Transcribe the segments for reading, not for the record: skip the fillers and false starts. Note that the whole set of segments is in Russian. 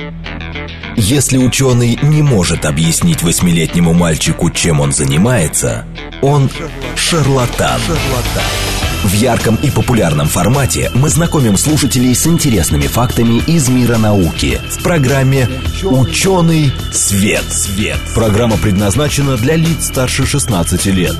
Если ученый не может объяснить 8-летнему мальчику, чем он занимается, он шарлатан. В ярком и популярном формате мы знакомим слушателей с интересными фактами из мира науки в программе «Ученый свет». Программа предназначена для лиц старше 16 лет.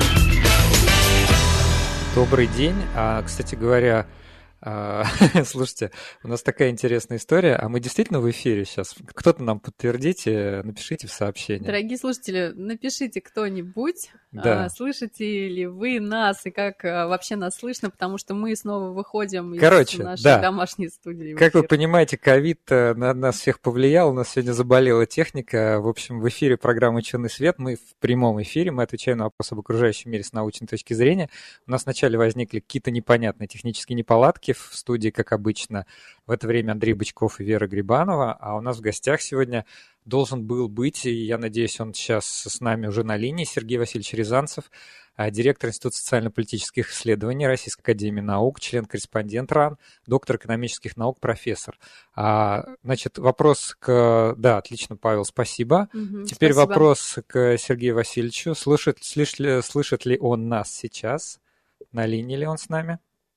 Добрый день. Кстати говоря, слушайте, у нас такая интересная история, а мы действительно в эфире сейчас? Кто-то нам подтвердите, напишите в сообщении. Дорогие слушатели, напишите кто-нибудь, да. Слышите ли вы нас и как вообще нас слышно, потому что мы снова выходим из нашей домашней студии. Как вы понимаете, ковид на нас всех повлиял, у нас сегодня заболела техника. В общем, в эфире программа «Ученый свет», мы в прямом эфире, мы отвечаем на вопросы об окружающем мире с научной точки зрения. У нас вначале возникли какие-то непонятные технические неполадки в студии, как обычно. В это время Андрей Бычков и Вера Грибанова. А у нас в гостях сегодня должен был быть, и я надеюсь, он сейчас с нами уже на линии, Сергей Васильевич Рязанцев, директор Института социально-политических исследований Российской академии наук, член-корреспондент РАН, доктор экономических наук, профессор. Значит, вопрос к... Да, отлично, Павел, спасибо. Теперь спасибо. Вопрос к Сергею Васильевичу. Слышит ли он нас сейчас? На линии ли он с нами?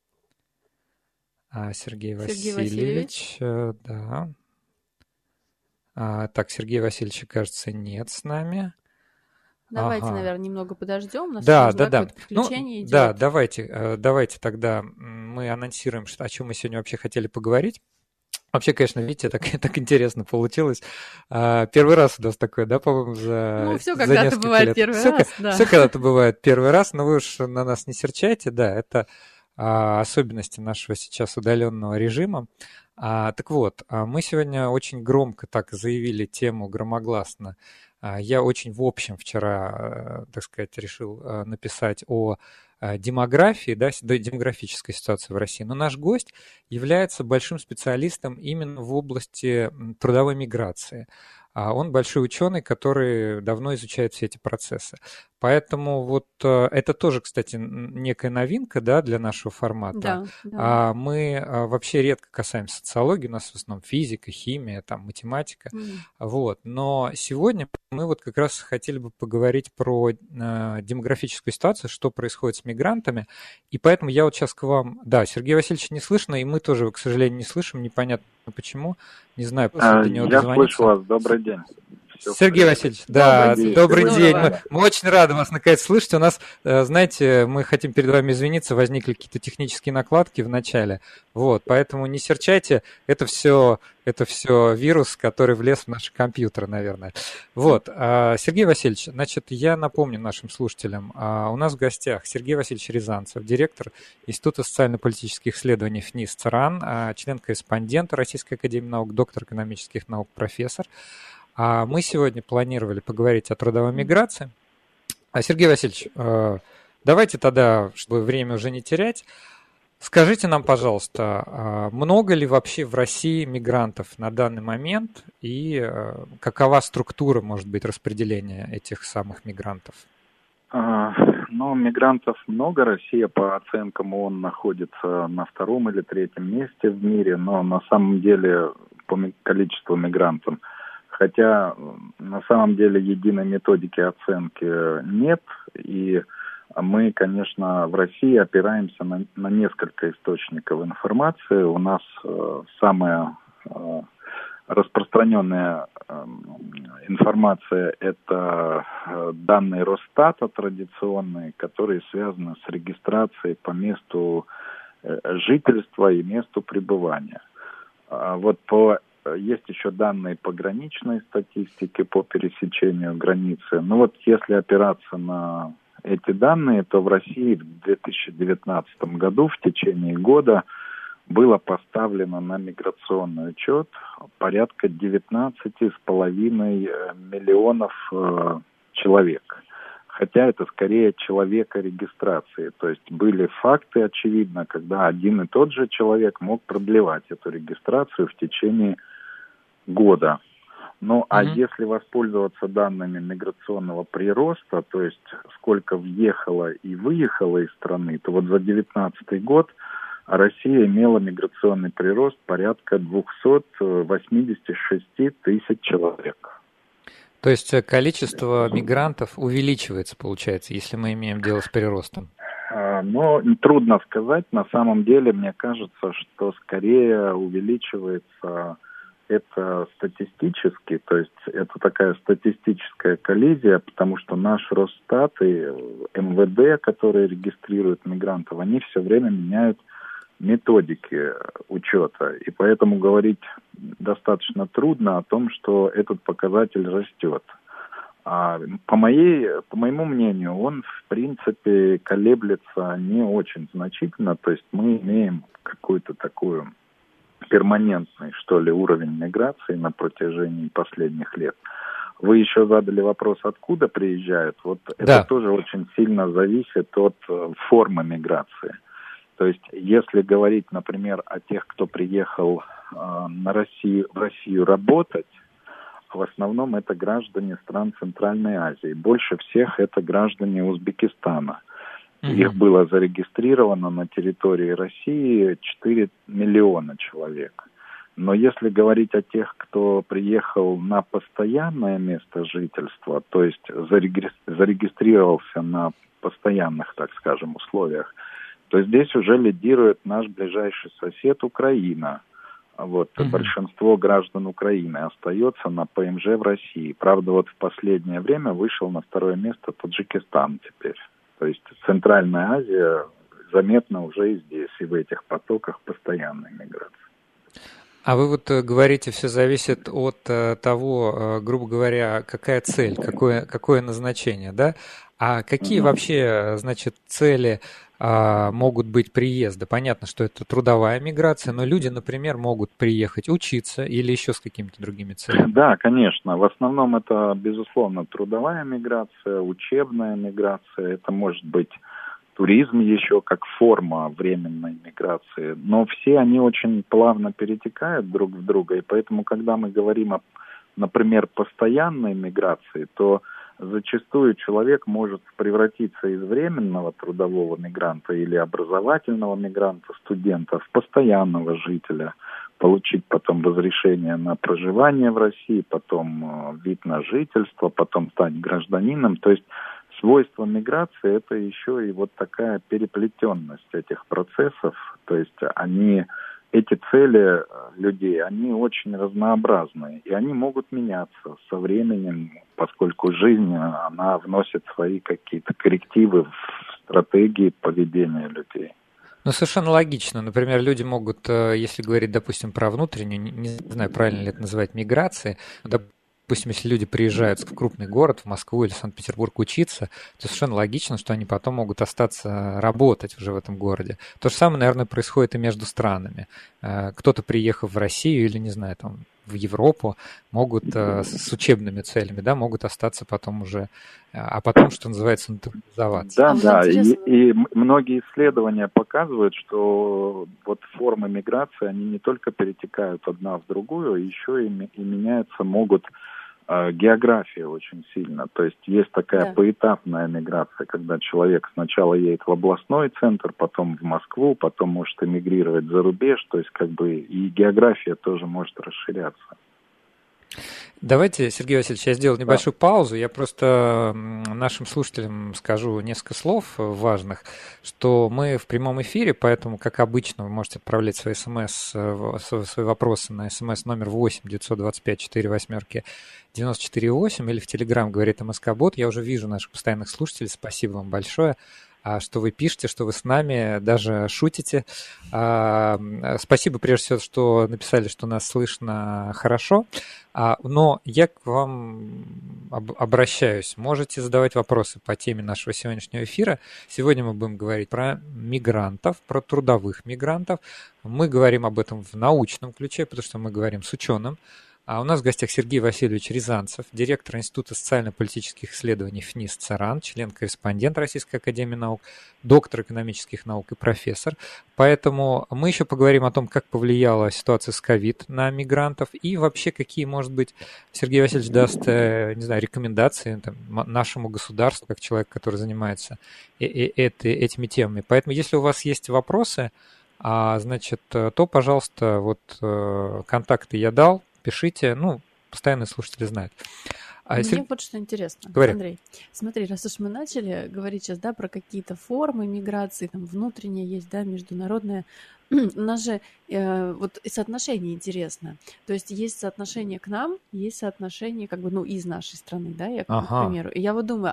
Сергей Васильевич, да. Так, Сергея Васильевича, кажется, нет с нами. Давайте, наверное, немного подождем. У нас какое-то подключение идет. Да, давайте тогда мы анонсируем, о чем мы сегодня вообще хотели поговорить. Вообще, конечно, видите, так интересно получилось. Первый раз у нас такое, да, по-моему, за все когда-то бывает лет. Первый раз, да. Все когда-то бывает первый раз, но вы уж на нас не серчайте, да, это особенности нашего сейчас удаленного режима. Так вот, мы сегодня очень громко так заявили тему громогласно. Я очень в общем вчера, так сказать, решил написать о демографии, да, демографической ситуации в России. Но наш гость является большим специалистом именно в области трудовой миграции. Он большой ученый, который давно изучает все эти процессы. Поэтому вот это тоже, кстати, некая новинка, да, для нашего формата. Да. Мы вообще редко касаемся социологии, у нас в основном физика, химия, там, математика. Вот. Но сегодня мы вот как раз хотели бы поговорить про демографическую ситуацию, что происходит с мигрантами. И поэтому я вот сейчас к вам... Да, Сергей Васильевич не слышно, и мы тоже, к сожалению, не слышим, непонятно почему. Не знаю, просто до него дозвониться. Я слышу вас, добрый день. Сергей Васильевич, да, добрый день. Мы очень рады вас наконец слышать. У нас, знаете, мы хотим перед вами извиниться, возникли какие-то технические накладки в начале. Вот, поэтому не серчайте, это все вирус, который влез в наши компьютеры, наверное. Вот, Сергей Васильевич, значит, я напомню нашим слушателям, у нас в гостях Сергей Васильевич Рязанцев, директор Института социально-политических исследований ФНИС ЦРАН, член-корреспондент Российской академии наук, доктор экономических наук, профессор. Мы сегодня планировали поговорить о трудовой миграции. Сергей Васильевич, давайте тогда, чтобы время уже не терять, скажите нам, пожалуйста, много ли вообще в России мигрантов на данный момент и какова структура, может быть, распределения этих самых мигрантов? Мигрантов много. Россия, по оценкам ООН, находится на 2-м или 3-м месте в мире, но на самом деле по количеству мигрантов. Хотя на самом деле единой методики оценки нет, и мы, конечно, в России опираемся на несколько источников информации. У нас самая распространенная информация – это данные Росстата традиционные, которые связаны с регистрацией по месту жительства и месту пребывания. Есть еще данные пограничной статистики по пересечению границы. Если опираться на эти данные, то в России в 2019 году в течение года было поставлено на миграционный учет порядка 19,5 миллионов человек. Хотя это скорее человекорегистрации. То есть были факты, очевидно, когда один и тот же человек мог продлевать эту регистрацию в течение года. Если воспользоваться данными миграционного прироста, то есть сколько въехало и выехало из страны, то вот за 2019 год а Россия имела миграционный прирост порядка 286 тысяч человек. То есть количество мигрантов увеличивается, получается, если мы имеем дело с приростом? Но трудно сказать. На самом деле, мне кажется, что скорее увеличивается это статистически, то есть это такая статистическая коллизия, потому что наш Росстат и МВД, которые регистрируют мигрантов, они все время меняют методики учета, и поэтому говорить достаточно трудно о том, что этот показатель растет. По моему мнению, он, в принципе, колеблется не очень значительно, то есть мы имеем какую-то такую перманентный, что ли, уровень миграции на протяжении последних лет. Вы еще задали вопрос, откуда приезжают. Вот да. Это тоже очень сильно зависит от формы миграции. То есть, если говорить, например, о тех, кто приехал в Россию работать, в основном это граждане стран Центральной Азии. Больше всех это граждане Узбекистана. Их было зарегистрировано на территории России 4 миллиона человек. Но если говорить о тех, кто приехал на постоянное место жительства, то есть зарегистрировался на постоянных, так скажем, условиях, то здесь уже лидирует наш ближайший сосед Украина. Вот, большинство граждан Украины остается на ПМЖ в России. Правда, вот в последнее время вышел на второе место Таджикистан теперь. То есть Центральная Азия заметна уже и здесь, и в этих потоках постоянной миграции. А вы вот говорите, все зависит от того, грубо говоря, какая цель, какое назначение, да? А какие вообще, значит, цели могут быть приезда? Понятно, что это трудовая миграция, но люди, например, могут приехать учиться или еще с какими-то другими целями. Да, конечно. В основном это, безусловно, трудовая миграция, учебная миграция. Это может быть туризм еще как форма временной миграции. Но все они очень плавно перетекают друг в друга. И поэтому, когда мы говорим о, например, постоянной миграции, то зачастую человек может превратиться из временного трудового мигранта или образовательного мигранта, студента, в постоянного жителя, получить потом разрешение на проживание в России, потом вид на жительство, потом стать гражданином. То есть свойство миграции – это еще и вот такая переплетенность этих процессов. То есть эти цели людей, они очень разнообразные, и они могут меняться со временем, поскольку жизнь, она вносит свои какие-то коррективы в стратегии поведения людей. Ну, совершенно логично. Например, люди могут, если говорить, допустим, про внутреннюю, не знаю, правильно ли это называть, миграцией, допустим, если люди приезжают в крупный город, в Москву или Санкт-Петербург учиться, то совершенно логично, что они потом могут остаться работать уже в этом городе. То же самое, наверное, происходит и между странами. Кто-то, приехав в Россию или, не знаю, там, в Европу, могут с учебными целями, да, могут остаться потом уже, а потом, что называется, натурализоваться. Да, и многие исследования показывают, что вот формы миграции, они не только перетекают одна в другую, еще и меняются могут география очень сильно. То есть есть такая поэтапная миграция, когда человек сначала едет в областной центр, потом в Москву, потом может эмигрировать за рубеж. То есть как бы и география тоже может расширяться. Давайте, Сергей Васильевич, я сделаю небольшую паузу. Я просто нашим слушателям скажу несколько слов важных, что мы в прямом эфире, поэтому, как обычно, вы можете отправлять свои свои вопросы на смс номер 8 925 48 94,8 или в Телеграм говорит МСК-бот. Я уже вижу наших постоянных слушателей. Спасибо вам большое, что вы пишете, что вы с нами, даже шутите. Спасибо, прежде всего, что написали, что нас слышно хорошо. Но я к вам обращаюсь. Можете задавать вопросы по теме нашего сегодняшнего эфира. Сегодня мы будем говорить про мигрантов, про трудовых мигрантов. Мы говорим об этом в научном ключе, потому что мы говорим с ученым. А у нас в гостях Сергей Васильевич Рязанцев, директор Института социально-политических исследований ФНИС ЦАРАН, член-корреспондент Российской академии наук, доктор экономических наук и профессор. Поэтому мы еще поговорим о том, как повлияла ситуация с ковид на мигрантов и вообще какие, может быть, Сергей Васильевич даст, не знаю, рекомендации нашему государству, как человек, который занимается этими темами. Поэтому если у вас есть вопросы, значит, то, пожалуйста, вот контакты я дал, пишите, постоянные слушатели знают. Мне вот что интересно, Говори. Андрей. Смотри, раз уж мы начали говорить сейчас, да, про какие-то формы миграции, там внутренняя есть, да, международная. У нас же вот и соотношение интересно. То есть соотношение к нам, есть соотношение как бы, из нашей страны, да, я к примеру. И я вот думаю,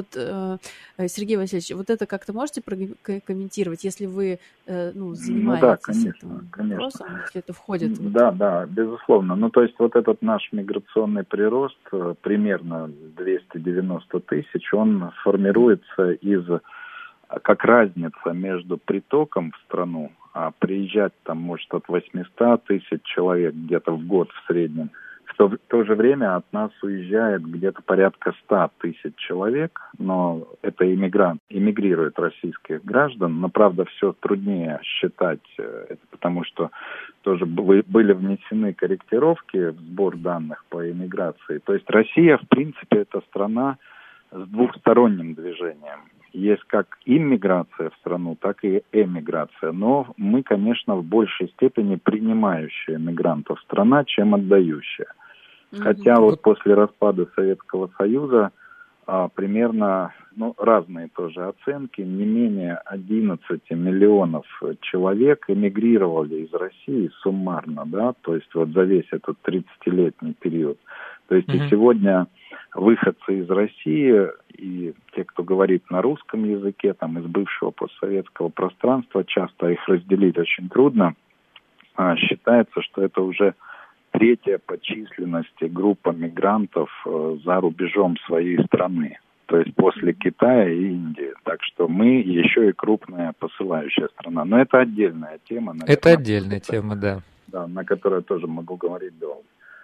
Сергей Васильевич, вот это как-то можете прокомментировать, если вы занимаетесь этим вопросом, если это входит? Да, безусловно. То есть вот этот наш миграционный прирост, примерно 290 тысяч, он формируется как разница между притоком в страну, а приезжать там может от 800 тысяч человек где-то в год в среднем. В то же время от нас уезжает где-то порядка 100 тысяч человек, но это эмигрируют российских граждан. Но, правда, все труднее считать, это потому что тоже были внесены корректировки в сбор данных по эмиграции. То есть Россия, в принципе, это страна с двухсторонним движением. Есть как иммиграция в страну, так и эмиграция. Но мы, конечно, в большей степени принимающая мигрантов страна, чем отдающая. Хотя вот после распада Советского Союза примерно, разные тоже оценки, не менее 11 миллионов человек эмигрировали из России суммарно, да, то есть вот за весь этот 30-летний период. То есть и сегодня выходцы из России и те, кто говорит на русском языке, там из бывшего постсоветского пространства, часто их разделить очень трудно, считается, что это уже третья по численности группа мигрантов за рубежом своей страны, то есть после Китая и Индии. Так что мы еще и крупная посылающая страна. Но это отдельная тема. Наверное, это отдельная тема, да. Да, на которой я тоже могу говорить долго.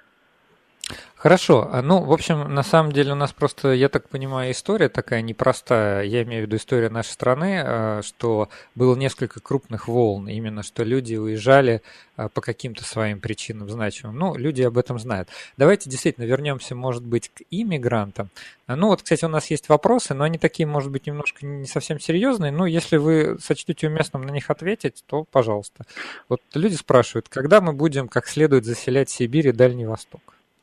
Хорошо. В общем, на самом деле у нас просто, я так понимаю, история такая непростая. Я имею в виду историю нашей страны, что было несколько крупных волн, именно что люди уезжали по каким-то своим причинам значимым. Люди об этом знают. Давайте действительно вернемся, может быть, к иммигрантам. Кстати, у нас есть вопросы, но они такие, может быть, немножко не совсем серьезные. Если вы сочтете уместным на них ответить, то пожалуйста. Вот люди спрашивают, когда мы будем как следует заселять Сибирь и Дальний Восток?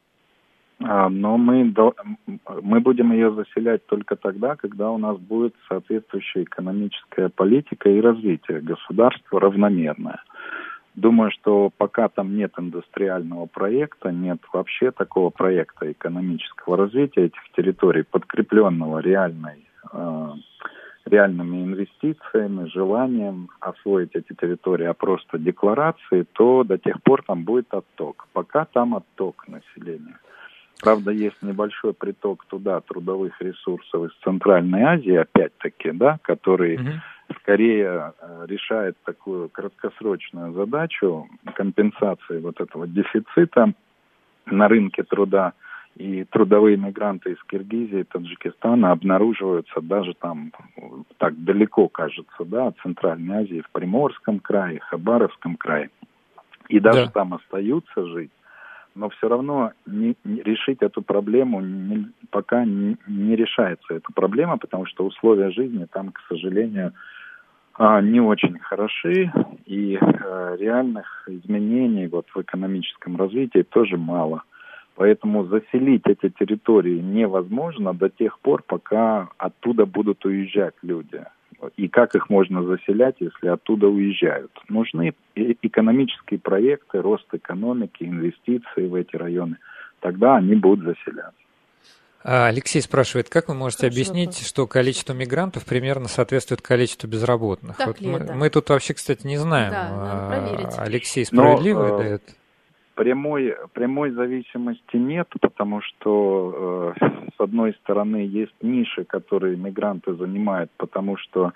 Но мы будем ее заселять только тогда, когда у нас будет соответствующая экономическая политика и развитие государства равномерное. Думаю, что пока там нет индустриального проекта, нет вообще такого проекта экономического развития этих территорий, подкрепленного реальными инвестициями, желанием освоить эти территории, а просто декларации, то до тех пор там будет отток. Пока там отток населения. Правда, есть небольшой приток туда трудовых ресурсов из Центральной Азии, опять-таки, да, который скорее решает такую краткосрочную задачу компенсации вот этого дефицита на рынке труда. И трудовые мигранты из Киргизии, Таджикистана обнаруживаются даже там, так далеко, кажется, да, от Центральной Азии, в Приморском крае, Хабаровском крае. И даже там остаются жить. Но все равно решить эту проблему пока не решается эта проблема, потому что условия жизни там, к сожалению, не очень хороши, и реальных изменений в экономическом развитии тоже мало. Поэтому заселить эти территории невозможно до тех пор, пока оттуда будут уезжать люди. И как их можно заселять, если оттуда уезжают? Нужны экономические проекты, рост экономики, инвестиции в эти районы. Тогда они будут заселяться. Алексей спрашивает, как вы можете объяснить, что количество мигрантов примерно соответствует количеству безработных? Мы тут вообще, кстати, не знаем. Алексей справедливо дает? Прямой зависимости нет, потому что, с одной стороны, есть ниши, которые мигранты занимают, потому что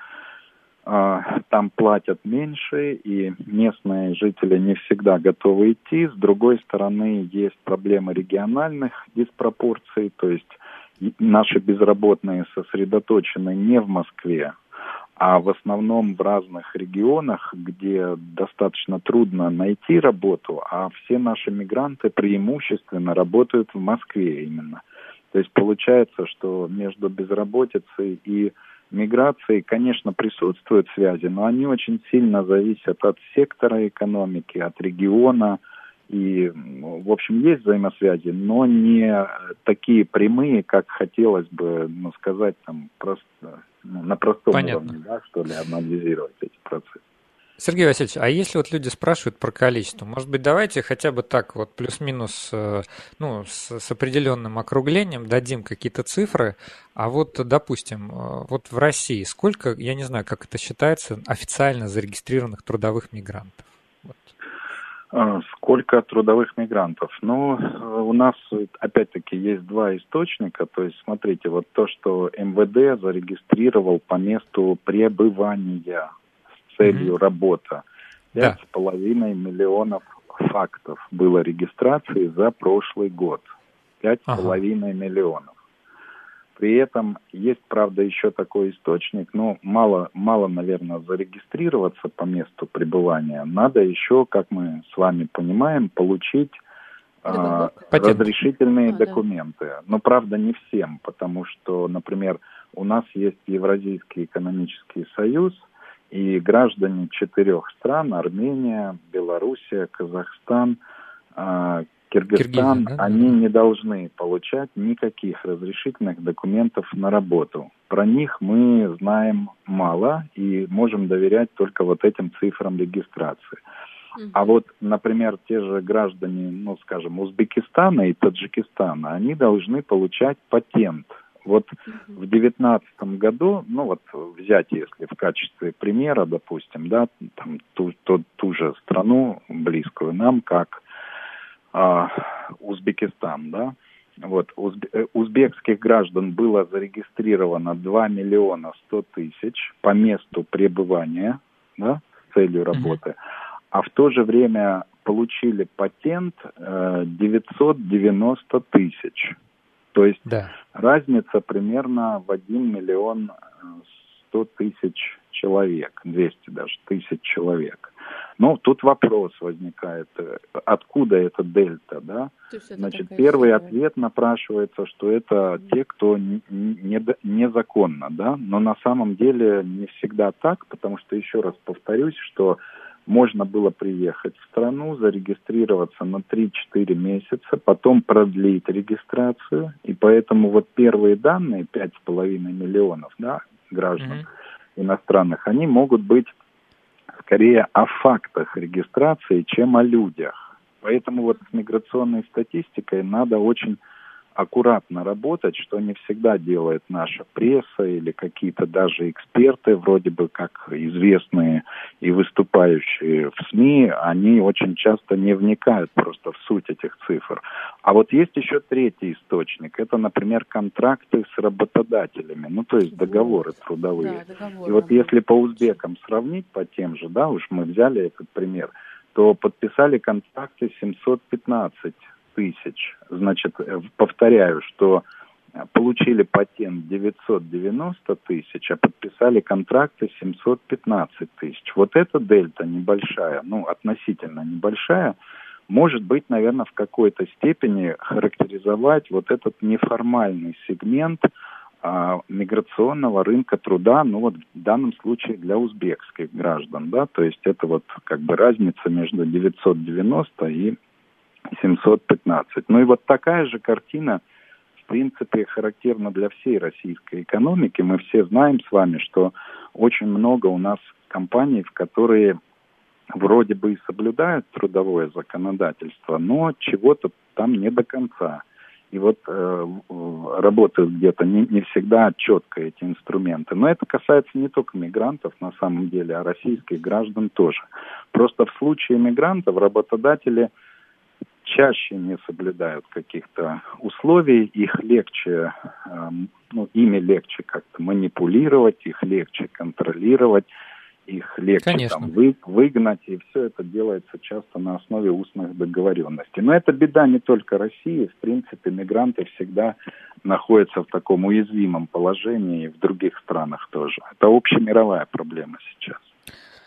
там платят меньше, и местные жители не всегда готовы идти. С другой стороны, есть проблемы региональных диспропорций, то есть наши безработные сосредоточены не в Москве, а в основном в разных регионах, где достаточно трудно найти работу, а все наши мигранты преимущественно работают в Москве именно. То есть получается, что между безработицей и миграции, конечно, присутствуют связи, но они очень сильно зависят от сектора экономики, от региона. И, в общем, есть взаимосвязи, но не такие прямые, как хотелось бы, сказать, там, просто, на простом уровне, да, что ли, анализировать эти процессы. Сергей Васильевич, а если вот люди спрашивают про количество, может быть, давайте хотя бы так вот плюс-минус, с определенным округлением дадим какие-то цифры, а вот, допустим, вот в России сколько, я не знаю, как это считается, официально зарегистрированных трудовых мигрантов? Вот. Сколько трудовых мигрантов? У нас, опять-таки, есть два источника. То есть, смотрите, вот то, что МВД зарегистрировал по месту пребывания с целью работы. 5,5 миллионов фактов было регистрации за прошлый год. 5,5 миллионов. При этом есть, правда, еще такой источник, мало, наверное, зарегистрироваться по месту пребывания. Надо еще, как мы с вами понимаем, получить разрешительные документы. Но, правда, не всем, потому что, например, у нас есть Евразийский экономический союз, и граждане 4 стран, Армения, Белоруссия, Казахстан, Киргизстан, они не должны получать никаких разрешительных документов на работу. Про них мы знаем мало и можем доверять только вот этим цифрам регистрации. А вот, например, те же граждане, скажем, Узбекистана и Таджикистана, они должны получать патент. Вот в 2019 году, взять, если в качестве примера, допустим, да, там ту же страну, близкую нам, как Узбекистан, да, вот, узбекских граждан было зарегистрировано 2 миллиона 100 тысяч по месту пребывания, да, с целью работы, а в то же время получили патент 990 тысяч. То есть разница примерно в 1 миллион 100 тысяч человек, 200 даже тысяч человек. Тут вопрос возникает, откуда эта дельта, да? Значит, первый ответ напрашивается, что это те, кто незаконно, да? Но на самом деле не всегда так, потому что, еще раз повторюсь, что можно было приехать в страну, зарегистрироваться на 3-4 месяца, потом продлить регистрацию, и поэтому вот первые данные, 5,5 миллионов, да, граждан иностранных, они могут быть скорее о фактах регистрации, чем о людях. Поэтому вот с миграционной статистикой надо очень аккуратно работать, что не всегда делает наша пресса или какие-то даже эксперты, вроде бы как известные и выступающие в СМИ, они очень часто не вникают просто в суть этих цифр. А вот есть еще третий источник. Это, например, контракты с работодателями, то есть договоры трудовые. Да, договоры. И вот если по узбекам сравнить, по тем же, да, уж мы взяли этот пример, то подписали контракты 715 тысяч. Значит, повторяю, что получили патент 990 тысяч, а подписали контракты 715 тысяч. Вот эта дельта небольшая, относительно небольшая, может быть, наверное, в какой-то степени характеризовать вот этот неформальный сегмент миграционного рынка труда, в данном случае для узбекских граждан, да, то есть это вот как бы разница между 990 и 715. И вот такая же картина, в принципе, характерна для всей российской экономики. Мы все знаем с вами, что очень много у нас компаний, в которые вроде бы и соблюдают трудовое законодательство, но чего-то там не до конца. И вот работают где-то не всегда четко эти инструменты. Но это касается не только мигрантов на самом деле, а российских граждан тоже. Просто в случае мигрантов работодатели чаще не соблюдают каких-то условий, их легче, ими легче как-то манипулировать, их легче контролировать, их легче выгнать, и все это делается часто на основе устных договоренностей. Но это беда не только России, в принципе, мигранты всегда находятся в таком уязвимом положении и в других странах тоже. Это общемировая проблема сейчас.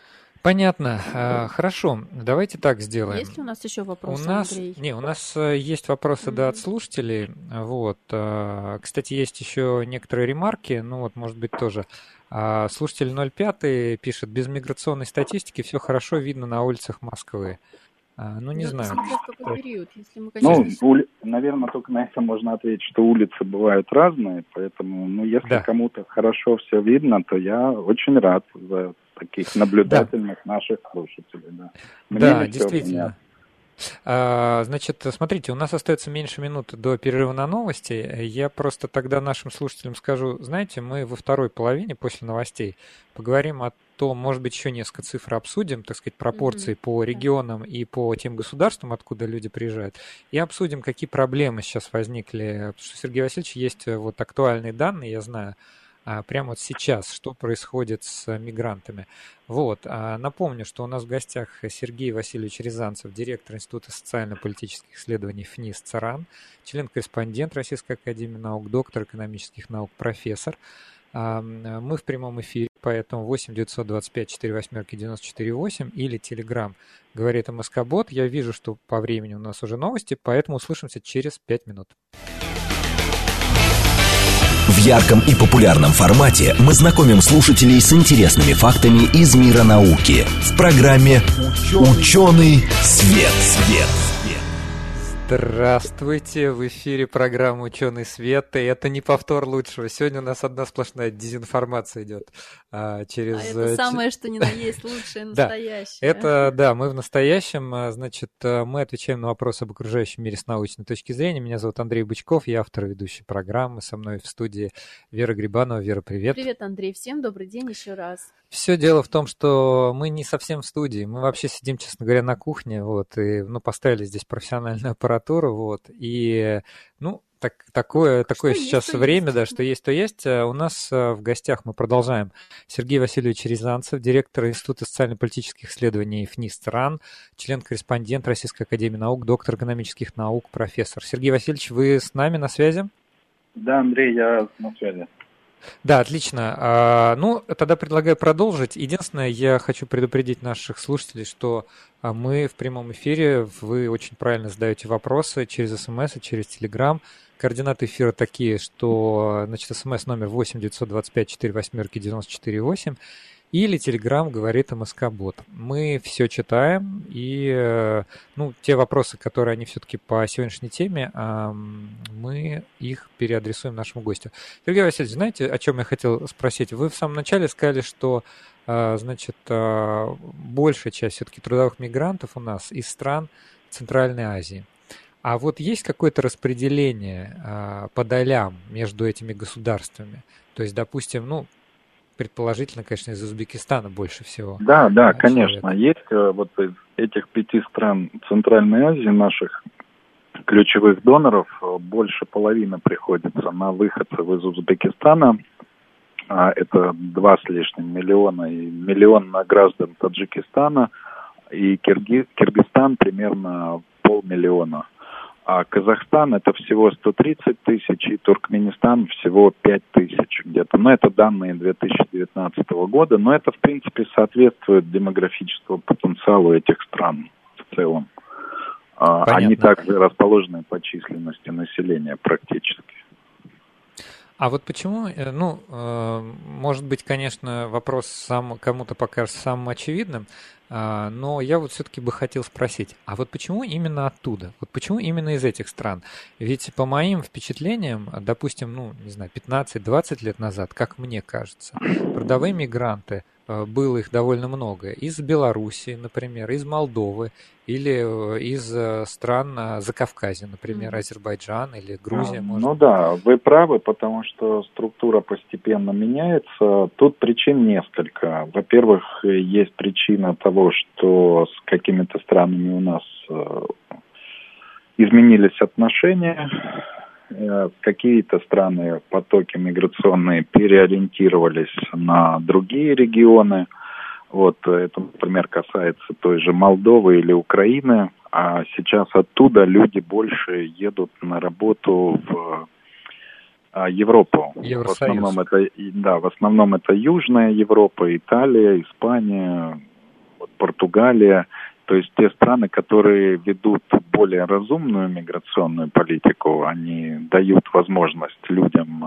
Понятно. Хорошо, давайте так сделаем. Есть ли у нас еще вопросы, Андрей? У нас есть вопросы, от слушателей. Вот. Кстати, есть еще некоторые ремарки, может быть, тоже. Слушатель 05 пишет: без миграционной статистики все хорошо видно на улицах Москвы. Не знаю. Смотря в какой период. Если мы, конечно... наверное, только на это можно ответить, что улицы бывают разные, поэтому, если кому-то хорошо все видно, то я очень рад за таких наблюдательных наших слушателей. Да, действительно. Значит, смотрите, у нас остается меньше минуты до перерыва на новости. Я просто тогда нашим слушателям скажу, знаете, мы во второй половине после новостей поговорим о том, может быть, еще несколько цифр обсудим, так сказать, пропорции по регионам и по тем государствам, откуда люди приезжают, и обсудим, какие проблемы сейчас возникли. Потому что, Сергей Васильевич, есть вот актуальные данные, я знаю, прямо вот сейчас, что происходит с мигрантами. Вот. Напомню, что у нас в гостях Сергей Васильевич Рязанцев, директор Института социально-политических исследований ФНИС ЦАРАН, член-корреспондент Российской академии наук, доктор экономических наук, профессор. Мы в прямом эфире, поэтому 8 925 48 94 8 или Telegram говорит МСК-бот. Я вижу, что по времени у нас уже новости, поэтому услышимся через 5 минут. В ярком и популярном формате мы знакомим слушателей с интересными фактами из мира науки в программе «Ученый свет». Здравствуйте, в эфире программа «Ученый свет», и это не повтор лучшего. Сегодня у нас одна сплошная дезинформация идет. Это самое, что ни на есть, лучшее, настоящее. Мы в настоящем. Значит, мы отвечаем на вопросы об окружающем мире с научной точки зрения. Меня зовут Андрей Бычков, я автор ведущей программы. Со мной в студии Вера Грибанова. Вера, привет. Привет, Андрей. Всем добрый день еще раз. Все дело в том, что мы не совсем в студии. Мы вообще сидим, честно говоря, на кухне, и поставили здесь профессиональную аппаратуру, и такое сейчас время, да, что есть, то есть. У нас в гостях мы продолжаем Сергей Васильевич Рязанцев, директор Института социально-политических исследований ФНИС ЦАРАН, член-корреспондент Российской академии наук, доктор экономических наук, профессор. Сергей Васильевич, вы с нами на связи? Да, Андрей, я на связи. Да, отлично. Тогда предлагаю продолжить. Единственное, я хочу предупредить наших слушателей, что мы в прямом эфире, вы очень правильно задаете вопросы через СМС и через Телеграм. Координаты эфира такие, что, СМС номер 8 925 48 94 8 или Telegram говорит МСК-бот. Мы все читаем, и те вопросы, которые они все-таки по сегодняшней теме, мы их переадресуем нашему гостю. Сергей Васильевич, знаете, о чем я хотел спросить? Вы в самом начале сказали, что большая часть все-таки трудовых мигрантов у нас из стран Центральной Азии. А вот есть какое-то распределение по долям между этими государствами? То есть, допустим, предположительно, конечно, из Узбекистана больше всего. Да, конечно. Есть вот из этих 5 стран Центральной Азии, наших ключевых доноров, больше половины приходится на выходцев из Узбекистана. Это 2 с лишним миллиона, и 1 миллион на граждан Таджикистана, и Киргизстан примерно 500 000. А Казахстан это всего 130 тысяч, и Туркменистан всего 5 тысяч где-то. Это данные 2019 года, но это, в принципе, соответствует демографическому потенциалу этих стран в целом. Понятно. Они также расположены по численности населения практически. А вот почему, может быть, конечно, вопрос кому-то покажется самым очевидным, но я вот все-таки бы хотел спросить, а вот почему именно оттуда? Вот почему именно из этих стран? Ведь по моим впечатлениям, допустим, 15-20 лет назад, как мне кажется, трудовые мигранты, было их довольно много, из Белоруссии, например, из Молдовы или из стран Закавказья, например, Азербайджан или Грузия. Да, вы правы, потому что структура постепенно меняется. Тут причин несколько. Во-первых, есть причина того, что с какими-то странами у нас изменились отношения. Какие-то страны, потоки миграционные, переориентировались на другие регионы. Это, например, касается той же Молдовы или Украины. А сейчас оттуда люди больше едут на работу в Европу. Евросоюз. В основном это Южная Европа, Италия, Испания. Португалия, то есть те страны, которые ведут более разумную миграционную политику, они дают возможность людям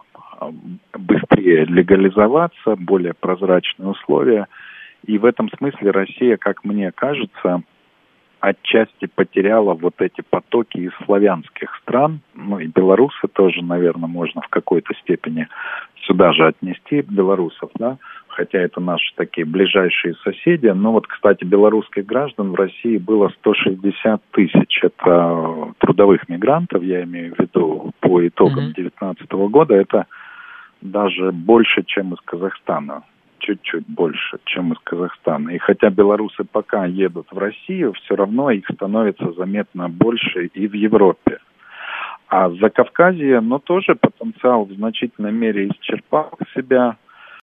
быстрее легализоваться, более прозрачные условия. И в этом смысле Россия, как мне кажется, отчасти потеряла вот эти потоки из славянских стран, ну и белорусы тоже, наверное, можно в какой-то степени сюда же отнести белорусов, да, хотя это наши такие ближайшие соседи. Но вот, кстати, белорусских граждан в России было 160 тысяч. Это трудовых мигрантов, я имею в виду, по итогам 2019 года. Это даже больше, чем из Казахстана. Чуть-чуть больше, чем из Казахстана. И хотя белорусы пока едут в Россию, все равно их становится заметно больше и в Европе. А Закавказье, тоже потенциал в значительной мере исчерпал себя.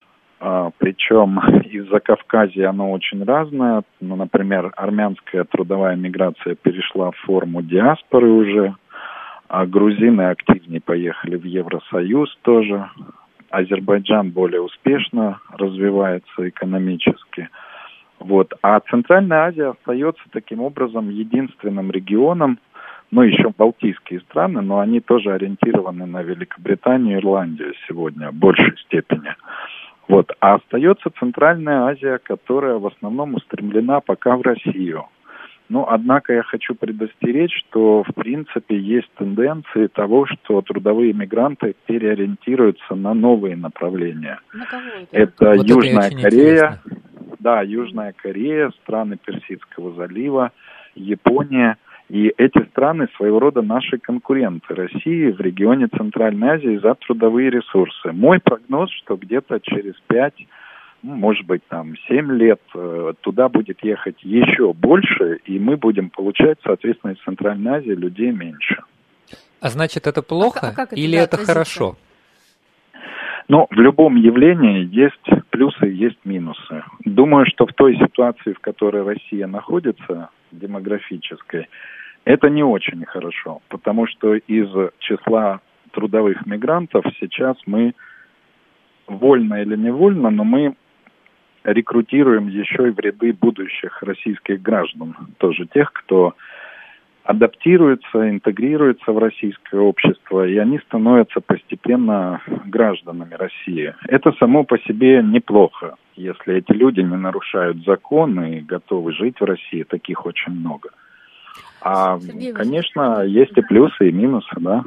Причем из Закавказья оно очень разное. Например, армянская трудовая миграция перешла в форму диаспоры уже. А грузины активнее поехали в Евросоюз тоже. Азербайджан более успешно развивается экономически. Вот. А Центральная Азия остается таким образом единственным регионом, еще балтийские страны, но они тоже ориентированы на Великобританию и Ирландию сегодня в большей степени. Вот. А остается Центральная Азия, которая в основном устремлена пока в Россию. Однако я хочу предостеречь, что в принципе есть тенденции того, что трудовые мигранты переориентируются на новые направления. На кого это Южная Корея, Южная Корея, страны Персидского залива, Япония. И эти страны своего рода наши конкуренты России в регионе Центральной Азии за трудовые ресурсы. Мой прогноз, что где-то через 5, может быть, 7 лет туда будет ехать еще больше, и мы будем получать, соответственно, из Центральной Азии людей меньше. А значит, это плохо или это хорошо? В любом явлении есть плюсы и есть минусы. Думаю, что в той ситуации, в которой Россия находится, демографической, это не очень хорошо, потому что из числа трудовых мигрантов сейчас мы, вольно или невольно, но мы рекрутируем еще и в ряды будущих российских граждан, тоже тех, кто адаптируется, интегрируется в российское общество, и они становятся постепенно гражданами России. Это само по себе неплохо, если эти люди не нарушают закон и готовы жить в России, таких очень много. Конечно, есть и плюсы, и минусы, да.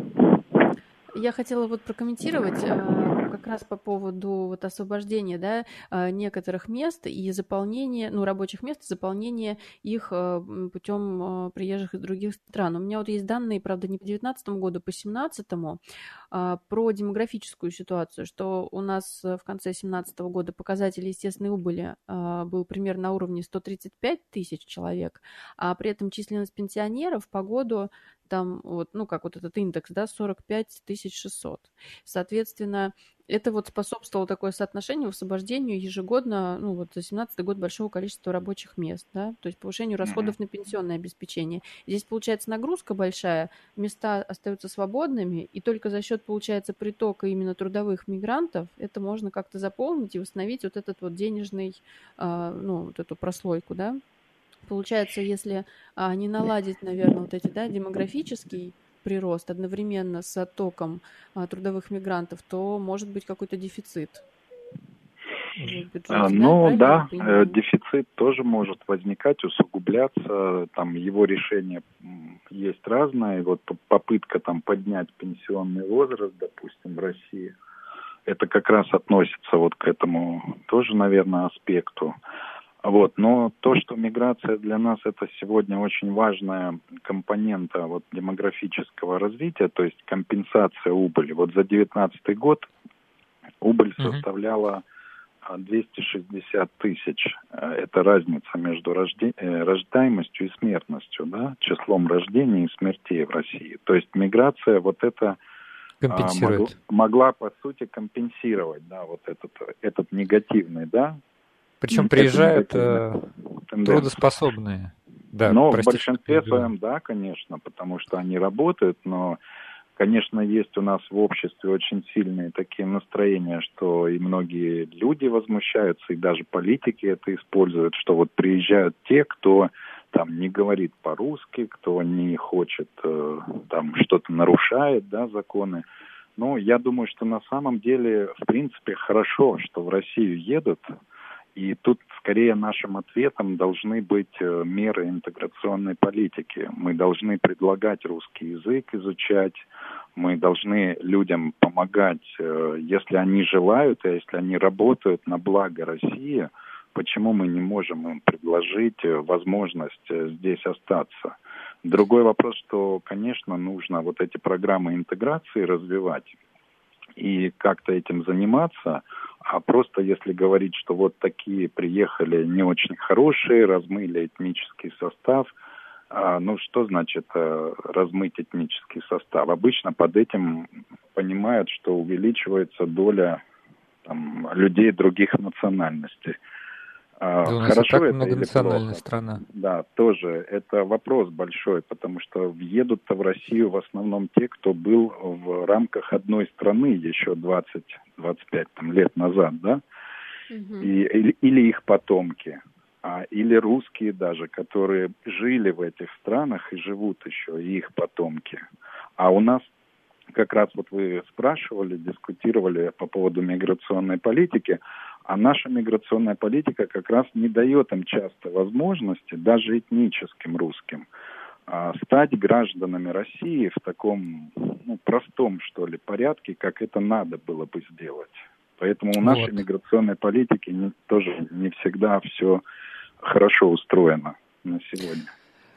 Я хотела прокомментировать как раз по поводу освобождения, некоторых мест и заполнения, рабочих мест, заполнения их путем приезжих из других стран. У меня есть данные, правда, не по 2019 году, по 2017, про демографическую ситуацию, что у нас в конце 2017 года показатель естественной убыли был примерно на уровне 135 тысяч человек, а при этом численность пенсионеров по году этот индекс, 45 600. Соответственно, это способствовало такое соотношению освобождению ежегодно, за 2017 год большого количества рабочих мест, то есть повышению расходов на пенсионное обеспечение. Здесь получается нагрузка большая, места остаются свободными, и только за счет, получается, притока именно трудовых мигрантов это можно как-то заполнить и восстановить этот денежный, эту прослойку, Получается, если не наладить, наверное, демографический прирост одновременно с оттоком трудовых мигрантов, то может быть какой-то дефицит. Дефицит тоже может возникать, усугубляться. Его решение есть разное. Попытка поподнять пенсионный возраст, допустим, в России, это как раз относится к этому тоже, наверное, аспекту. Но то, что миграция для нас это сегодня очень важная компонента демографического развития, то есть компенсация убыли. За 2019 год убыль составляла 260 тысяч. Это разница между рождаемостью и смертностью, числом рождений и смертей в России. То есть миграция это могла по сути компенсировать, этот негативный, Причем приезжают трудоспособные. В большинстве своем, конечно, потому что они работают, но Конечно, есть у нас в обществе очень сильные такие настроения, что и многие люди возмущаются, и даже политики это используют, что вот приезжают те, кто там не говорит по-русски, кто не хочет, там что-то нарушает, да, законы. Но я думаю, что на самом деле, в принципе, хорошо, что в Россию едут. И тут скорее нашим ответом должны быть меры интеграционной политики. Мы должны предлагать русский язык изучать, мы должны людям помогать, если они желают, и если они работают на благо России, почему мы не можем им предложить возможность здесь остаться? Другой вопрос, что, конечно, нужно вот эти программы интеграции развивать и как-то этим заниматься, а просто если говорить, что вот такие приехали не очень хорошие, размыли этнический состав, ну что значит размыть этнический состав? Обычно под этим понимают, что увеличивается доля там, людей других национальностей. Да, у нас Хорошо и так это многонациональная или плохо? страна. Да, тоже это вопрос большой, потому что въедут-то в Россию в основном те, кто был в рамках одной страны еще 20-25 лет назад, да? Или их потомки, или русские даже, которые жили в этих странах и живут еще, и их потомки. А у нас как раз вот вы спрашивали, дискутировали по поводу миграционной политики, а наша миграционная политика как раз не дает им часто возможности, даже этническим русским, стать гражданами России в таком простом, что ли, порядке, как это надо было бы сделать. Поэтому у нашей миграционной политики тоже не всегда все хорошо устроено на сегодня.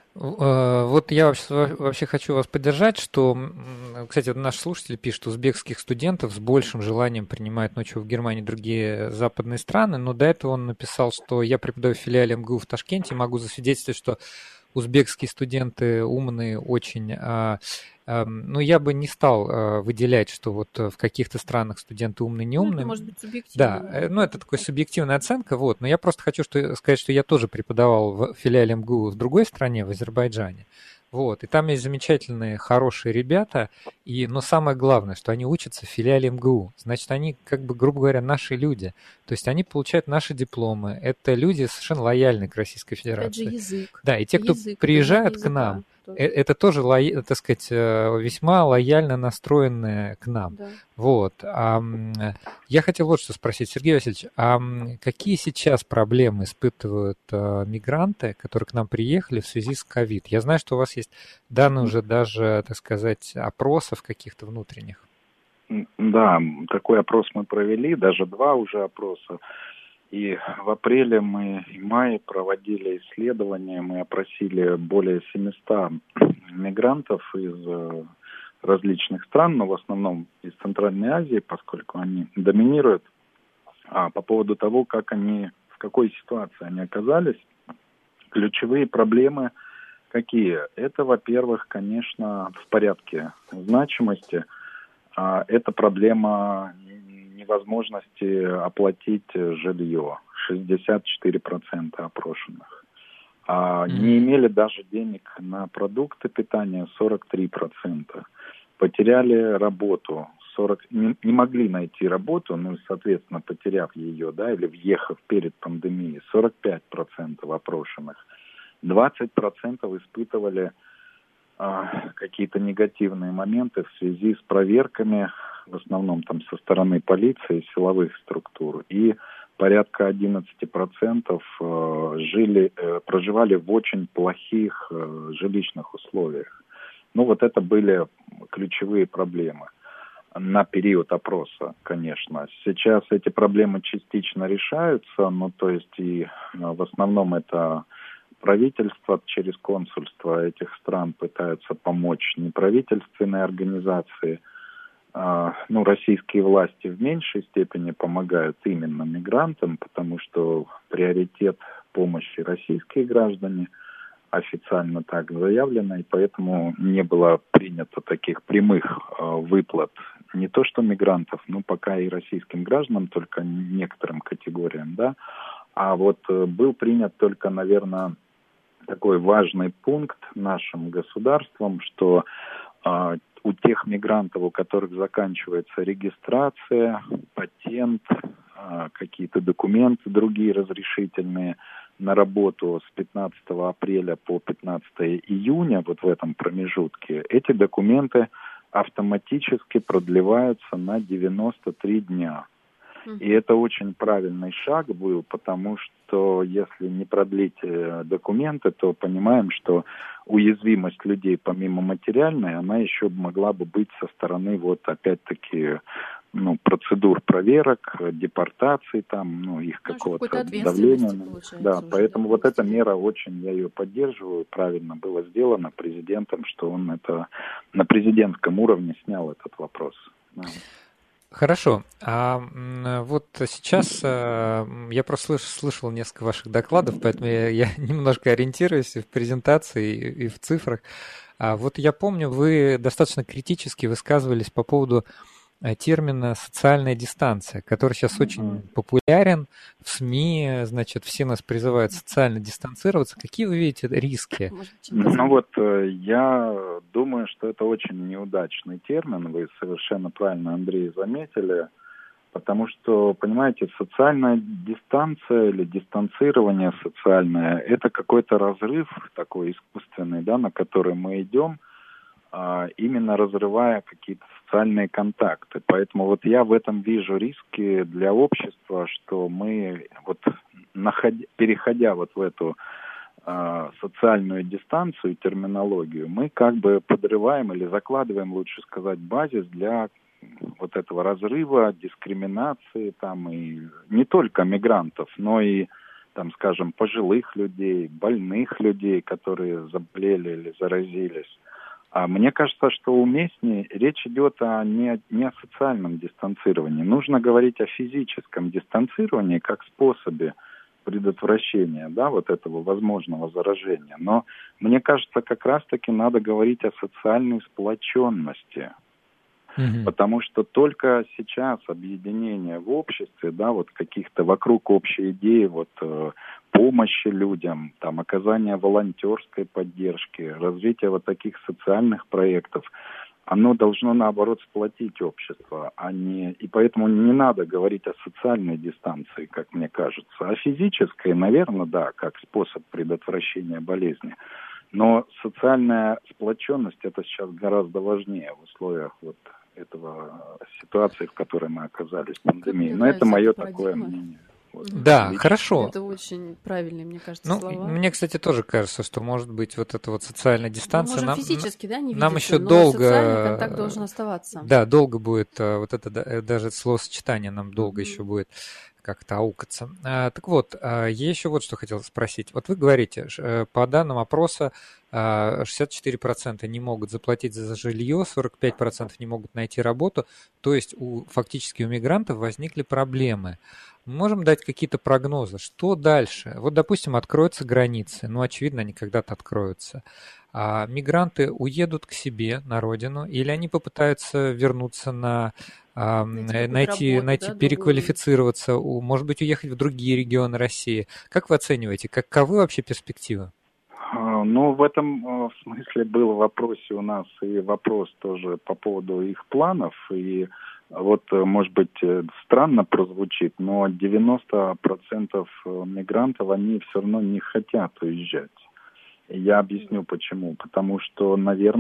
Вот я вообще хочу вас поддержать, что, кстати, вот наш слушатель пишет, узбекских студентов с большим желанием принимают ночью в Германии другие западные страны, но до этого он написал, что я преподаю в филиале МГУ в Ташкенте, могу засвидетельствовать, что узбекские студенты умные очень. Но я бы не стал выделять, что вот в каких-то странах студенты умные, не умные. Это может быть субъективно. Да, это такая субъективная оценка, вот. Но я просто хочу сказать, что я тоже преподавал в филиале МГУ в другой стране, в Азербайджане. Вот, и там есть замечательные, хорошие ребята, но самое главное, что они учатся в филиале МГУ. Значит, они, грубо говоря, наши люди. То есть они получают наши дипломы. Это люди совершенно лояльны к Российской Федерации. Опять же, язык. Да, и те, кто приезжают к нам, это тоже, так сказать, весьма лояльно настроенные к нам. Да. Вот. Я хотел вот что спросить, Сергей Васильевич, а какие сейчас проблемы испытывают мигранты, которые к нам приехали в связи с ковид? Я знаю, что у вас есть данные уже даже, так сказать, опросов каких-то внутренних. Да, такой опрос мы провели, даже 2 уже опроса. И в апреле и мае проводили исследования, мы опросили более 700 мигрантов из различных стран, но в основном из Центральной Азии, поскольку они доминируют, по поводу того, в какой ситуации они оказались. Ключевые проблемы какие? Это, во-первых, конечно, в порядке значимости. Это проблема невозможности оплатить жилье. 64% опрошенных. Не имели даже денег на продукты питания 43%. Потеряли работу. Не могли найти работу, соответственно, потеряв ее, да, или въехав перед пандемией, 45% опрошенных. 20% испытывали какие-то негативные моменты в связи с проверками, в основном там со стороны полиции, силовых структур, и порядка 11% проживали в очень плохих жилищных условиях. Вот это были ключевые проблемы на период опроса, конечно. Сейчас эти проблемы частично решаются, то есть и в основном это правительство через консульство этих стран пытаются помочь неправительственные организации. Российские власти в меньшей степени помогают именно мигрантам, потому что приоритет помощи российские граждане официально так заявлено, и поэтому не было принято таких прямых выплат не то что мигрантов, пока и российским гражданам, только некоторым категориям, да. А вот был принят только, наверное, такой важный пункт нашим государством, что у тех мигрантов, у которых заканчивается регистрация, патент, какие-то документы другие разрешительные на работу с 15 апреля по 15 июня, вот в этом промежутке, эти документы автоматически продлеваются на 93 дня. И это очень правильный шаг был, потому что если не продлить документы, то понимаем, что уязвимость людей помимо материальной, она еще могла бы быть со стороны вот опять-таки процедур проверок, депортаций, там, их какого-то давления. Да, поэтому вот эта мера очень, я ее поддерживаю, правильно было сделано президентом, что он это на президентском уровне снял этот вопрос. Хорошо. А вот сейчас я просто слышал несколько ваших докладов, поэтому я немножко ориентируюсь и в презентации, и в цифрах. Вот я помню, вы достаточно критически высказывались по поводу термина «социальная дистанция», который сейчас очень популярен в СМИ, значит, все нас призывают социально дистанцироваться. Какие вы видите риски? Я думаю, что это очень неудачный термин, вы совершенно правильно, Андрей, заметили, потому что, понимаете, социальная дистанция или дистанцирование социальное – это какой-то разрыв такой искусственный, да, на который мы идем, именно разрывая какие-то социальные контакты. Поэтому вот я в этом вижу риски для общества, что мы, вот переходя вот в эту социальную дистанцию, терминологию, мы как бы подрываем или закладываем, лучше сказать, базис для вот этого разрыва, дискриминации там, и не только мигрантов, но и, там, скажем, пожилых людей, больных людей, которые заболели или заразились. Мне кажется, что уместнее речь идет не о социальном дистанцировании. Нужно говорить о физическом дистанцировании как способе предотвращения, да, вот этого возможного заражения. Но мне кажется, как раз-таки надо говорить о социальной сплоченности. Потому что только сейчас объединение в обществе, да, вот каких-то вокруг общей идеи, вот помощи людям, там, оказания волонтерской поддержки, развитие вот таких социальных проектов, оно должно, наоборот, сплотить общество, и поэтому не надо говорить о социальной дистанции, как мне кажется, а физической, наверное, да, как способ предотвращения болезни. Но социальная сплоченность, это сейчас гораздо важнее в условиях вот этого ситуации, в которой мы оказались, пандемии. Но это мое такое мнение. Да, хорошо. Это очень правильные, мне кажется, слова. Мне, кстати, тоже кажется, что может быть вот эта вот социальная дистанция. Мы можем физически, да, не видеться, нам еще но долго, социальный контакт должен оставаться. Да, долго будет вот это, даже словосочетание нам долго еще будет как-то аукаться. Так вот, я еще вот что хотел спросить. Вот вы говорите, по данным опроса, 64% не могут заплатить за жилье, 45% не могут найти работу, то есть фактически у мигрантов возникли проблемы. Мы можем дать какие-то прогнозы, что дальше? Вот, допустим, откроются границы, очевидно, они когда-то откроются. Мигранты уедут к себе на родину, или они попытаются вернуться найти переквалифицироваться, может быть, уехать в другие регионы России. Как вы оцениваете, каковы вообще перспективы? В этом смысле был в вопросе у нас и вопрос тоже по поводу их планов. И вот, может быть, странно прозвучит, но 90% мигрантов, они все равно не хотят уезжать. Я объясню почему. Потому что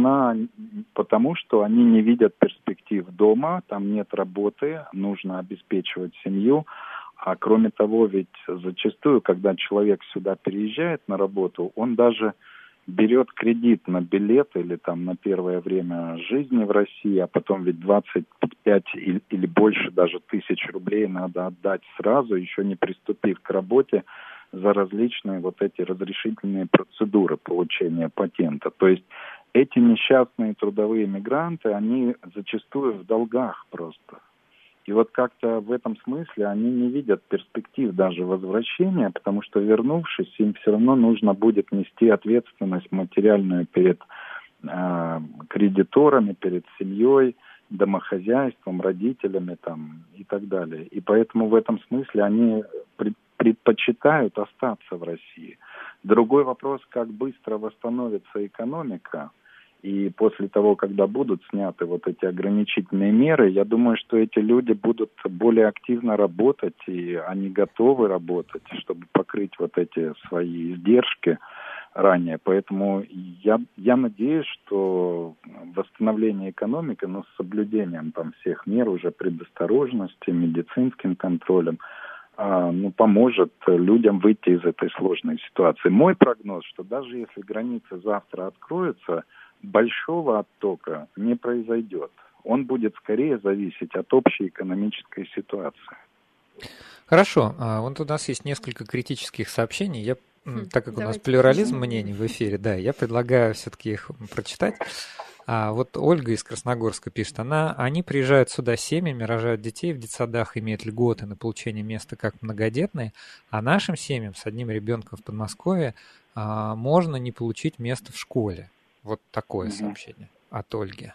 они не видят перспектив дома, там нет работы, нужно обеспечивать семью. А кроме того, ведь зачастую, когда человек сюда переезжает на работу, он даже берет кредит на билет или там на первое время жизни в России, а потом ведь 25 или больше даже тысяч рублей надо отдать сразу, еще не приступив к работе, за различные вот эти разрешительные процедуры получения патента. То есть эти несчастные трудовые мигранты, они зачастую в долгах просто. И вот как-то в этом смысле они не видят перспектив даже возвращения, потому что, вернувшись, им все равно нужно будет нести ответственность материальную перед кредиторами, перед семьей, домохозяйством, родителями там, и так далее. И поэтому в этом смысле они предпочитают остаться в России. Другой вопрос, как быстро восстановится экономика И после того, когда будут сняты вот эти ограничительные меры, я думаю, что эти люди будут более активно работать, и они готовы работать, чтобы покрыть вот эти свои издержки ранее. Поэтому я надеюсь, что восстановление экономики, но с соблюдением там всех мер уже предосторожности, медицинским контролем, поможет людям выйти из этой сложной ситуации. Мой прогноз, что даже если границы завтра откроются, большого оттока не произойдет. Он будет скорее зависеть от общей экономической ситуации. Хорошо. Вот у нас есть несколько критических сообщений. Так как у нас плюрализм мнений в эфире, да, я предлагаю все-таки их прочитать. Вот Ольга из Красногорска пишет, они приезжают сюда семьями, рожают детей в детсадах, имеют льготы на получение места как многодетные, а нашим семьям с одним ребенком в Подмосковье можно не получить место в школе. Вот такое сообщение от Ольги.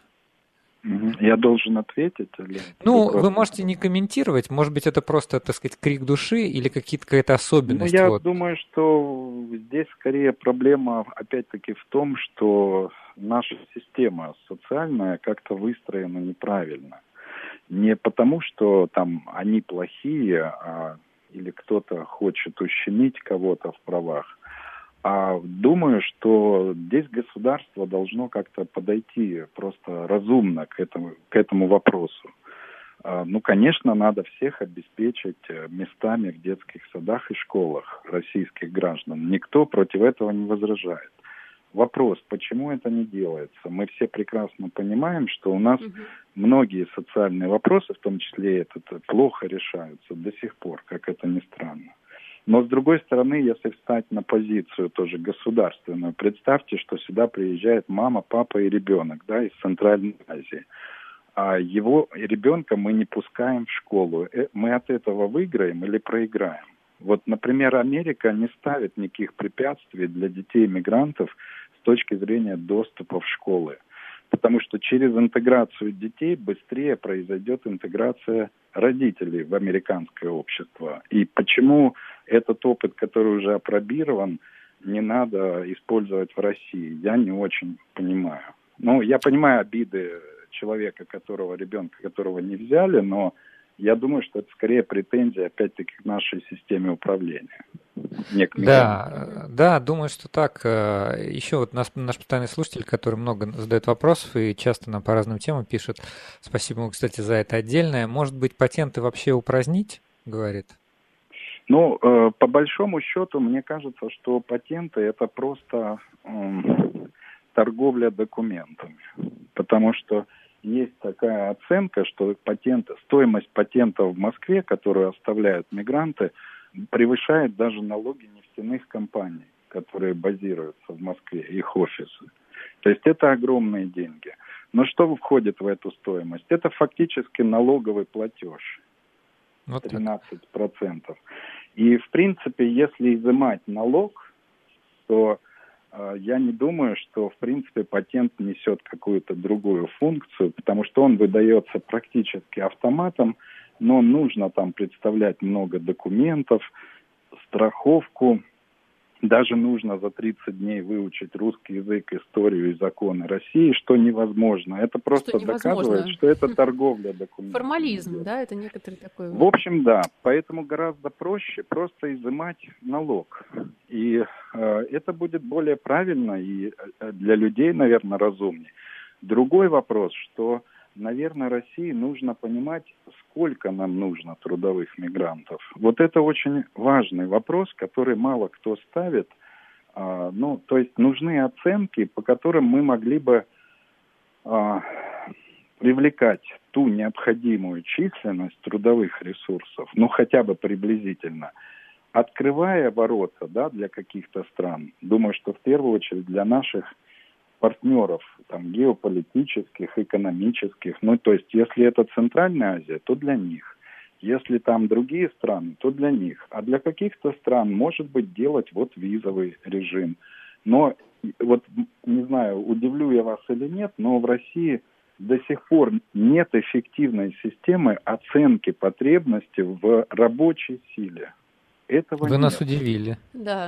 Я должен ответить? Или вы можете не комментировать, может быть, это просто, так сказать, крик души или какая-то особенность? Я думаю, что здесь скорее проблема, опять-таки, в том, что наша система социальная как-то выстроена неправильно. Не потому, что там они плохие, или кто-то хочет ущемить кого-то в правах, а думаю, что здесь государство должно как-то подойти просто разумно к этому вопросу. Конечно, надо всех обеспечить местами в детских садах и школах российских граждан. Никто против этого не возражает. Вопрос, почему это не делается? Мы все прекрасно понимаем, что у нас многие социальные вопросы, в том числе этот, плохо решаются до сих пор, как это ни странно. Но, с другой стороны, если встать на позицию тоже государственную, представьте, что сюда приезжает мама, папа и ребенок, да, из Центральной Азии. А его ребенка мы не пускаем в школу. Мы от этого выиграем или проиграем? Вот, например, Америка не ставит никаких препятствий для детей-мигрантов с точки зрения доступа в школы. Потому что через интеграцию детей быстрее произойдет интеграция родителей в американское общество. И почему этот опыт, который уже апробирован, не надо использовать в России, я не очень понимаю. Я понимаю обиды человека, ребенка которого не взяли, но я думаю, что это скорее претензия, опять-таки, к нашей системе управления. Да, думаю, что так. Еще вот наш постоянный слушатель, который много задает вопросов и часто нам по разным темам пишет. Спасибо ему, кстати, за это отдельное. Может быть, патенты вообще упразднить, говорит? По большому счету, мне кажется, что патенты – это просто торговля документами. Потому что есть такая оценка, что стоимость патентов в Москве, которую оставляют мигранты, превышает даже налоги нефтяных компаний, которые базируются в Москве, их офисы. То есть это огромные деньги. Но что входит в эту стоимость? Это фактически налоговый платеж. 13%. И, в принципе, если изымать налог, то я не думаю, что, в принципе, патент несет какую-то другую функцию, потому что он выдается практически автоматом, но нужно там представлять много документов, страховку. Даже нужно за 30 дней выучить русский язык, историю и законы России, что невозможно. Это просто доказывает, что это торговля документами. Формализм, да, это некоторый такой... В общем, да. Поэтому гораздо проще просто изымать налог. И это будет более правильно и для людей, наверное, разумнее. Другой вопрос, что, наверное, России нужно понимать, сколько нам нужно трудовых мигрантов. Вот это очень важный вопрос, который мало кто ставит. То есть нужны оценки, по которым мы могли бы привлекать ту необходимую численность трудовых ресурсов, хотя бы приблизительно, открывая ворота, для каких-то стран. Думаю, что в первую очередь для наших партнеров, геополитических, экономических. То есть, если это Центральная Азия, то для них. Если там другие страны, то для них. А для каких-то стран, может быть, делать визовый режим. Но, не знаю, удивлю я вас или нет, но в России до сих пор нет эффективной системы оценки потребностей в рабочей силе. Этого Вы нет. нас удивили. Да.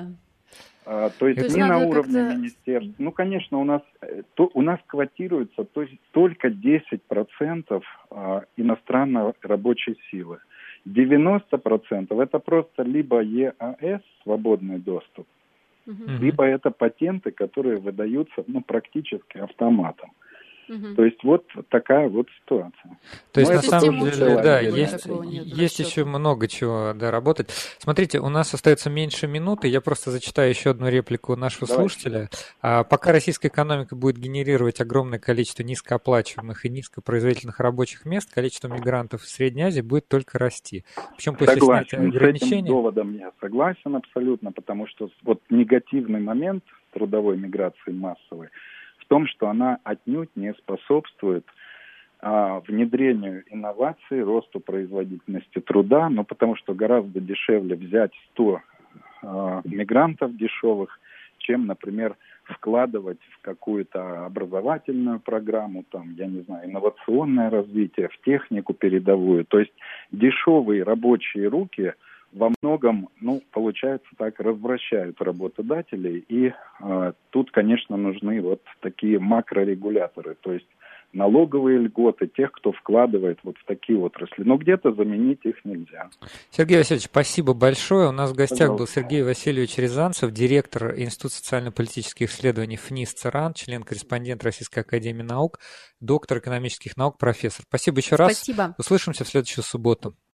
То есть не на уровне министерств. Ну, конечно, у нас квотируется только 10% иностранной рабочей силы. 90% это просто либо ЕАС, свободный доступ, либо это патенты, которые выдаются практически автоматом. То есть вот такая вот ситуация. То есть на самом деле, да, есть еще много чего работать. Смотрите, у нас остается меньше минуты, я просто зачитаю еще одну реплику нашего слушателя. Пока российская экономика будет генерировать огромное количество низкооплачиваемых и низкопроизводительных рабочих мест, количество мигрантов в Средней Азии будет только расти. Причем после снятия ограничений... С этим доводом я согласен абсолютно, потому что вот негативный момент трудовой миграции массовой в том, что она отнюдь не способствует внедрению инноваций, росту производительности труда, потому что гораздо дешевле взять 100 мигрантов дешевых, чем, например, вкладывать в какую-то образовательную программу, инновационное развитие, в технику передовую. То есть дешевые рабочие руки во многом, получается так, развращают работодателей. И тут, конечно, нужны вот такие макрорегуляторы, то есть налоговые льготы тех, кто вкладывает вот в такие отрасли. Но где-то заменить их нельзя. Сергей Васильевич, спасибо большое. У нас в гостях был Сергей Васильевич Рязанцев, директор Института социально-политических исследований ФНИС ЦРАН, член-корреспондент Российской академии наук, доктор экономических наук, профессор. Спасибо еще раз. Спасибо. Услышимся в следующую субботу.